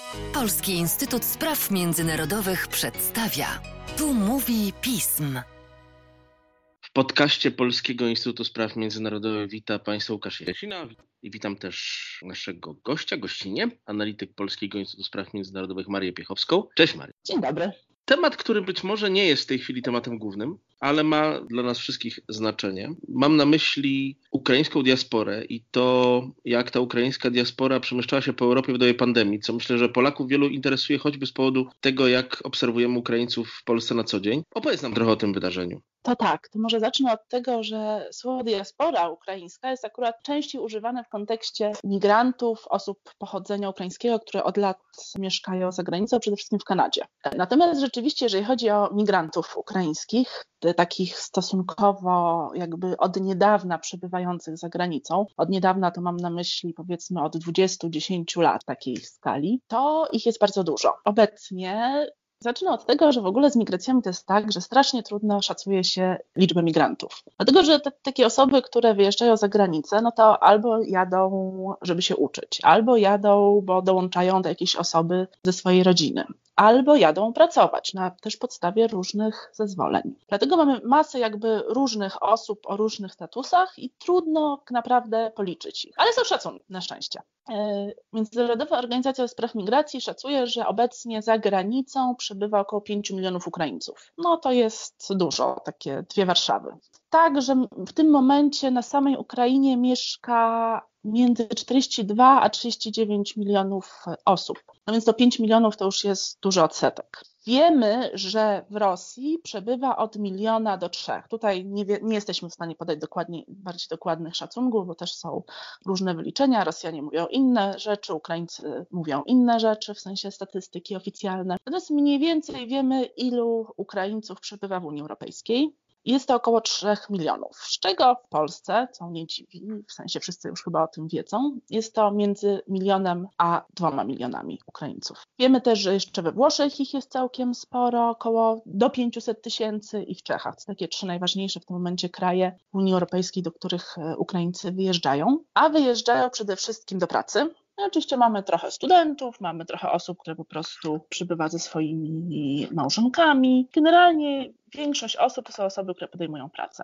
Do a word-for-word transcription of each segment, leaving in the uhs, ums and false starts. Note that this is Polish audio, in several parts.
Polski Instytut Spraw Międzynarodowych przedstawia. Tu mówi pism. W podcaście Polskiego Instytutu Spraw Międzynarodowych witam Państwa Łukasz Jasina i witam też naszego gościa, gościnię, analityk Polskiego Instytutu Spraw Międzynarodowych Marię Piechowską. Cześć Maria. Dzień dobry. Temat, który być może nie jest w tej chwili tematem głównym, ale ma dla nas wszystkich znaczenie. Mam na myśli ukraińską diasporę i to, jak ta ukraińska diaspora przemieszczała się po Europie w dobie pandemii, co myślę, że Polaków wielu interesuje choćby z powodu tego, jak obserwujemy Ukraińców w Polsce na co dzień. Opowiedz nam trochę o tym wydarzeniu. To tak, to może zacznę od tego, że słowo diaspora ukraińska jest akurat częściej używane w kontekście migrantów, osób pochodzenia ukraińskiego, które od lat mieszkają za granicą, przede wszystkim w Kanadzie. Natomiast rzeczywiście, jeżeli chodzi o migrantów ukraińskich, takich stosunkowo jakby od niedawna przebywających za granicą, od niedawna to mam na myśli powiedzmy od dwudziestu, dziesięciu lat takiej skali, to ich jest bardzo dużo. Obecnie zacznę od tego, że w ogóle z migracjami to jest tak, że strasznie trudno szacuje się liczbę migrantów. Dlatego, że te, takie osoby, które wyjeżdżają za granicę, no to albo jadą, żeby się uczyć, albo jadą, bo dołączają do jakiejś osoby ze swojej rodziny, albo jadą pracować na też podstawie różnych zezwoleń. Dlatego mamy masę jakby różnych osób o różnych statusach i trudno naprawdę policzyć ich. Ale są szacunki, na szczęście. Międzynarodowa Organizacja do Spraw Migracji szacuje, że obecnie za granicą przebywa około pięciu milionów Ukraińców. No to jest dużo, takie dwie Warszawy. Tak, że w tym momencie na samej Ukrainie mieszka między czterdzieści dwa a trzydzieści dziewięć milionów osób. No więc to pięć milionów to już jest duży odsetek. Wiemy, że w Rosji przebywa od miliona do trzech. Tutaj nie, wie, nie jesteśmy w stanie podać dokładnie, bardziej dokładnych szacunków, bo też są różne wyliczenia. Rosjanie mówią inne rzeczy, Ukraińcy mówią inne rzeczy, w sensie statystyki oficjalne. Natomiast mniej więcej wiemy, ilu Ukraińców przebywa w Unii Europejskiej. Jest to około trzech milionów, z czego w Polsce, co mnie dziwi, w sensie wszyscy już chyba o tym wiedzą, jest to między milionem a dwoma milionami Ukraińców. Wiemy też, że jeszcze we Włoszech ich jest całkiem sporo, około do pięciuset tysięcy i w Czechach. To takie trzy najważniejsze w tym momencie kraje Unii Europejskiej, do których Ukraińcy wyjeżdżają, a wyjeżdżają przede wszystkim do pracy. No oczywiście mamy trochę studentów, mamy trochę osób, które po prostu przybywa ze swoimi małżonkami. Generalnie większość osób to są osoby, które podejmują pracę.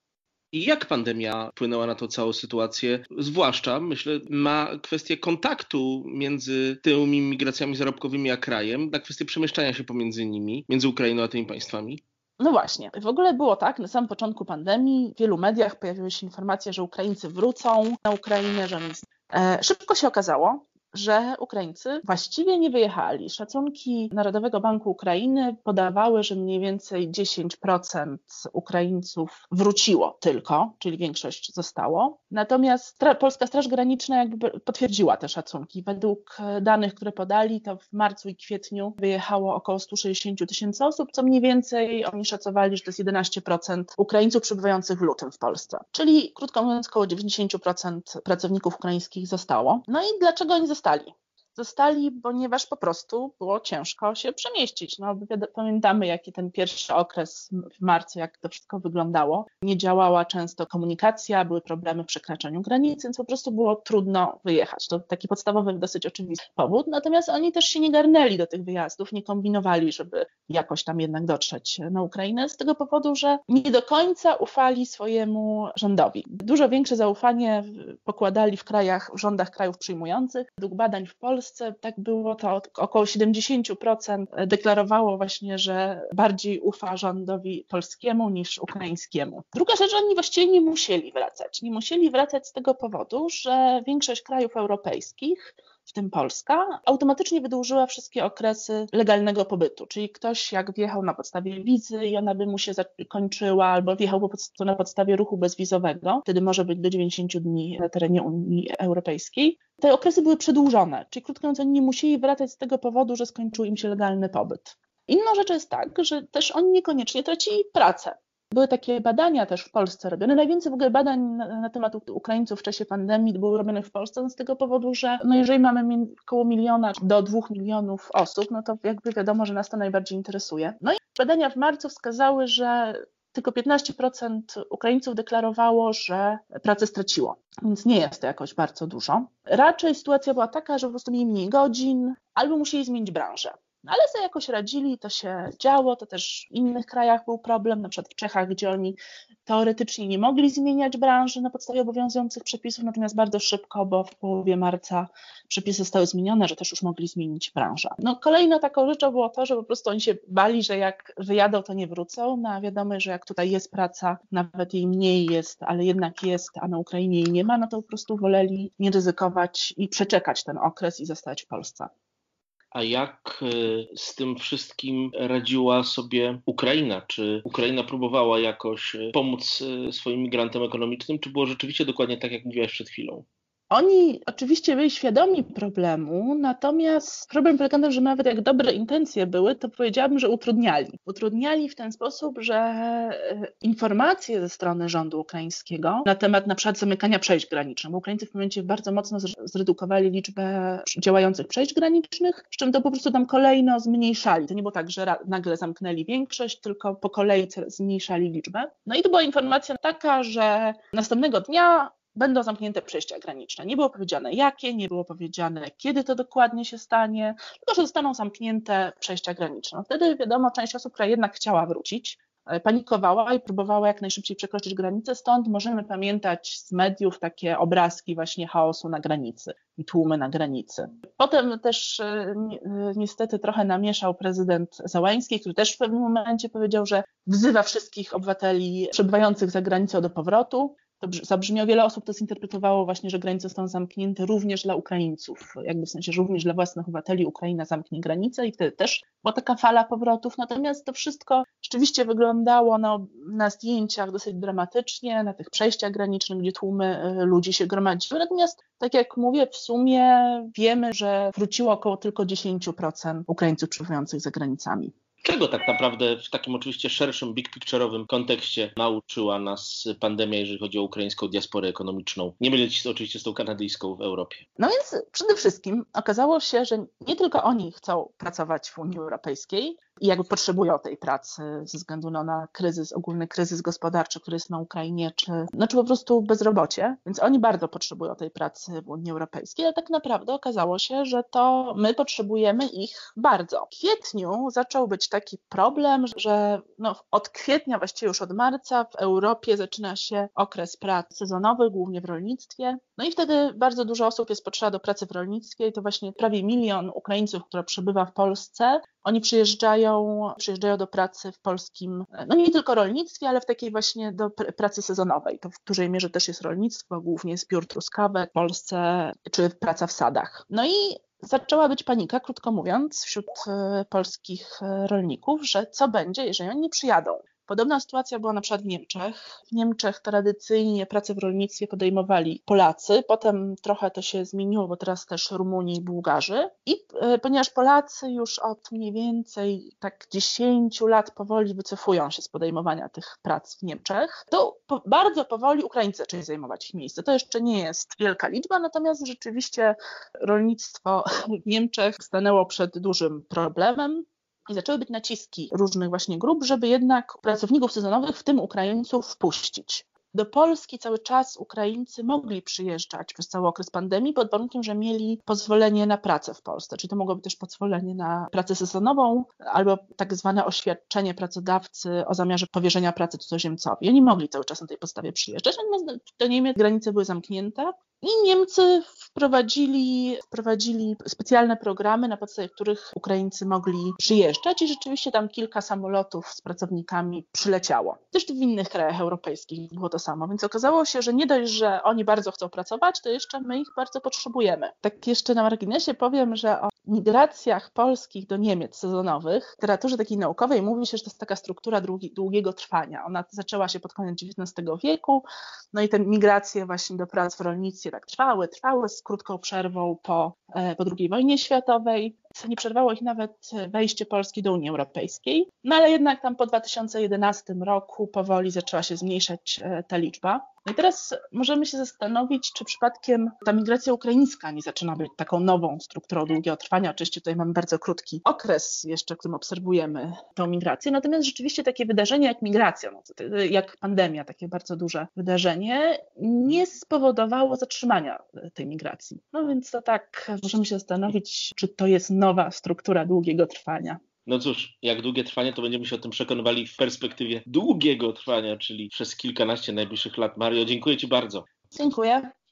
I jak pandemia wpłynęła na tą całą sytuację? Zwłaszcza, myślę, ma kwestię kontaktu między tymi migracjami zarobkowymi a krajem, na kwestię przemieszczania się pomiędzy nimi, między Ukrainą a tymi państwami. No właśnie, w ogóle było tak, na samym początku pandemii w wielu mediach pojawiły się informacje, że Ukraińcy wrócą na Ukrainę, że e, szybko się okazało, że Ukraińcy właściwie nie wyjechali. Szacunki Narodowego Banku Ukrainy podawały, że mniej więcej dziesięć procent Ukraińców wróciło tylko, czyli większość zostało. Natomiast Stra- Polska Straż Graniczna jakby potwierdziła te szacunki. Według danych, które podali, to w marcu i kwietniu wyjechało około sto sześćdziesiąt tysięcy osób, co mniej więcej oni szacowali, że to jest jedenaście procent Ukraińców przebywających w lutym w Polsce. Czyli krótko mówiąc około dziewięćdziesiąt procent pracowników ukraińskich zostało. No i dlaczego oni zostali? Zostali, ponieważ po prostu było ciężko się przemieścić. No, pamiętamy, jaki ten pierwszy okres w marcu, jak to wszystko wyglądało. Nie działała często komunikacja, były problemy w przekraczaniu granicy, więc po prostu było trudno wyjechać. To taki podstawowy, dosyć oczywisty powód. Natomiast oni też się nie garnęli do tych wyjazdów, nie kombinowali, żeby jakoś tam jednak dotrzeć na Ukrainę, z tego powodu, że nie do końca ufali swojemu rządowi. Dużo większe zaufanie pokładali w krajach, w rządach krajów przyjmujących. Według badań w Polsce tak było to około siedemdziesiąt procent deklarowało właśnie, że bardziej ufa rządowi polskiemu niż ukraińskiemu. Druga rzecz, że oni właściwie nie musieli wracać. Nie musieli wracać z tego powodu, że większość krajów europejskich, w tym Polska, automatycznie wydłużyła wszystkie okresy legalnego pobytu. Czyli ktoś jak wjechał na podstawie wizy i ona by mu się zakończyła, albo wjechał po prostu na podstawie ruchu bezwizowego, wtedy może być do dziewięćdziesięciu dni na terenie Unii Europejskiej. Te okresy były przedłużone, czyli krótko mówiąc, oni nie musieli wracać z tego powodu, że skończył im się legalny pobyt. Inną rzecz jest tak, że też oni niekoniecznie tracili pracę. Były takie badania też w Polsce robione. Najwięcej w ogóle badań na, na temat Ukraińców w czasie pandemii było robione w Polsce z tego powodu, że no jeżeli mamy około miliona do dwóch milionów osób, no to jakby wiadomo, że nas to najbardziej interesuje. No i badania w marcu wskazały, że tylko piętnaście procent Ukraińców deklarowało, że pracę straciło, więc nie jest to jakoś bardzo dużo. Raczej sytuacja była taka, że po prostu mieli mniej godzin albo musieli zmienić branżę. Ale sobie jakoś radzili, to się działo, to też w innych krajach był problem, na przykład w Czechach, gdzie oni teoretycznie nie mogli zmieniać branży na podstawie obowiązujących przepisów, natomiast bardzo szybko, bo w połowie marca przepisy zostały zmienione, że też już mogli zmienić branżę. No kolejną taką rzeczą było to, że po prostu oni się bali, że jak wyjadą, to nie wrócą, no a wiadomo, że jak tutaj jest praca, nawet jej mniej jest, ale jednak jest, a na Ukrainie jej nie ma, no to po prostu woleli nie ryzykować i przeczekać ten okres i zostać w Polsce. A jak z tym wszystkim radziła sobie Ukraina? Czy Ukraina próbowała jakoś pomóc swoim migrantom ekonomicznym, czy było rzeczywiście dokładnie tak, jak mówiłaś przed chwilą? Oni oczywiście byli świadomi problemu, natomiast problem polega na tym, że nawet jak dobre intencje były, to powiedziałabym, że utrudniali. Utrudniali w ten sposób, że informacje ze strony rządu ukraińskiego na temat na przykład zamykania przejść granicznych, bo Ukraińcy w tym momencie bardzo mocno zredukowali liczbę działających przejść granicznych, przy czym to po prostu tam kolejno zmniejszali. To nie było tak, że nagle zamknęli większość, tylko po kolei zmniejszali liczbę. No i to była informacja taka, że następnego dnia będą zamknięte przejścia graniczne. Nie było powiedziane jakie, nie było powiedziane kiedy to dokładnie się stanie, tylko że zostaną zamknięte przejścia graniczne. Wtedy wiadomo, część osób, która jednak chciała wrócić, panikowała i próbowała jak najszybciej przekroczyć granicę, stąd możemy pamiętać z mediów takie obrazki właśnie chaosu na granicy i tłumy na granicy. Potem też niestety trochę namieszał prezydent Zełenski, który też w pewnym momencie powiedział, że wzywa wszystkich obywateli przebywających za granicą do powrotu. To zabrzmiało, wiele osób to zinterpretowało właśnie, że granice zostaną zamknięte również dla Ukraińców, jakby w sensie, że również dla własnych obywateli Ukraina zamknie granice i wtedy też była taka fala powrotów, natomiast to wszystko rzeczywiście wyglądało na, na zdjęciach dosyć dramatycznie, na tych przejściach granicznych, gdzie tłumy ludzi się gromadziły, natomiast tak jak mówię, w sumie wiemy, że wróciło około tylko dziesięć procent Ukraińców przebywających za granicami. Czego tak naprawdę w takim oczywiście szerszym, big picture'owym kontekście nauczyła nas pandemia, jeżeli chodzi o ukraińską diasporę ekonomiczną? Nie mylić oczywiście z tą kanadyjską w Europie. No więc przede wszystkim okazało się, że nie tylko oni chcą pracować w Unii Europejskiej i jakby potrzebują tej pracy ze względu no, na kryzys, ogólny kryzys gospodarczy, który jest na Ukrainie, czy, no, czy po prostu bezrobocie, więc oni bardzo potrzebują tej pracy w Unii Europejskiej, ale tak naprawdę okazało się, że to my potrzebujemy ich bardzo. W kwietniu zaczął być taki problem, że no, od kwietnia, właściwie już od marca w Europie zaczyna się okres prac sezonowych, głównie w rolnictwie. No i wtedy bardzo dużo osób jest potrzeba do pracy w rolnictwie i to właśnie prawie milion Ukraińców, która przebywa w Polsce. Oni przyjeżdżają, przyjeżdżają do pracy w polskim, no nie tylko rolnictwie, ale w takiej właśnie do pr- pracy sezonowej. To w dużej mierze też jest rolnictwo, głównie zbiór truskawek w Polsce, czy praca w sadach. No i zaczęła być panika, krótko mówiąc, wśród polskich rolników, że co będzie, jeżeli oni nie przyjadą. Podobna sytuacja była na przykład w Niemczech. W Niemczech tradycyjnie pracę w rolnictwie podejmowali Polacy, potem trochę to się zmieniło, bo teraz też Rumuni i Bułgarzy. I e, ponieważ Polacy już od mniej więcej tak dziesięciu lat powoli wycofują się z podejmowania tych prac w Niemczech, to po, bardzo powoli Ukraińcy zaczęli zajmować ich miejsce. To jeszcze nie jest wielka liczba, natomiast rzeczywiście rolnictwo w Niemczech stanęło przed dużym problemem. I zaczęły być naciski różnych właśnie grup, żeby jednak pracowników sezonowych, w tym Ukraińców, wpuścić. Do Polski cały czas Ukraińcy mogli przyjeżdżać przez cały okres pandemii pod warunkiem, że mieli pozwolenie na pracę w Polsce, czyli to mogło być też pozwolenie na pracę sezonową albo tak zwane oświadczenie pracodawcy o zamiarze powierzenia pracy cudzoziemcowi. Oni mogli cały czas na tej podstawie przyjeżdżać, natomiast do Niemiec granice były zamknięte i Niemcy wprowadzili, wprowadzili specjalne programy, na podstawie których Ukraińcy mogli przyjeżdżać i rzeczywiście tam kilka samolotów z pracownikami przyleciało. Też w innych krajach europejskich było to samo, więc okazało się, że nie dość, że oni bardzo chcą pracować, to jeszcze my ich bardzo potrzebujemy. Tak jeszcze na marginesie powiem, że o migracjach polskich do Niemiec sezonowych w literaturze takiej naukowej mówi się, że to jest taka struktura długi, długiego trwania. Ona zaczęła się pod koniec dziewiętnastego wieku, no i te migracje właśnie do prac w rolnictwie tak trwały, trwały z krótką przerwą po, po drugiej wojnie światowej. nie przerwało ich nawet wejście Polski do Unii Europejskiej, no ale jednak tam po dwa tysiące jedenastym roku powoli zaczęła się zmniejszać ta liczba. No i teraz możemy się zastanowić, czy przypadkiem ta migracja ukraińska nie zaczyna być taką nową strukturą długiego trwania. Oczywiście tutaj mamy bardzo krótki okres jeszcze, w którym obserwujemy tę migrację, natomiast rzeczywiście takie wydarzenie jak migracja, no, jak pandemia, takie bardzo duże wydarzenie, nie spowodowało zatrzymania tej migracji. No więc to tak, możemy się zastanowić, czy to jest nowa struktura długiego trwania. No cóż, jak długie trwanie, to będziemy się o tym przekonywali w perspektywie długiego trwania, czyli przez kilkanaście najbliższych lat. Mario, dziękuję Ci bardzo. Dziękuję.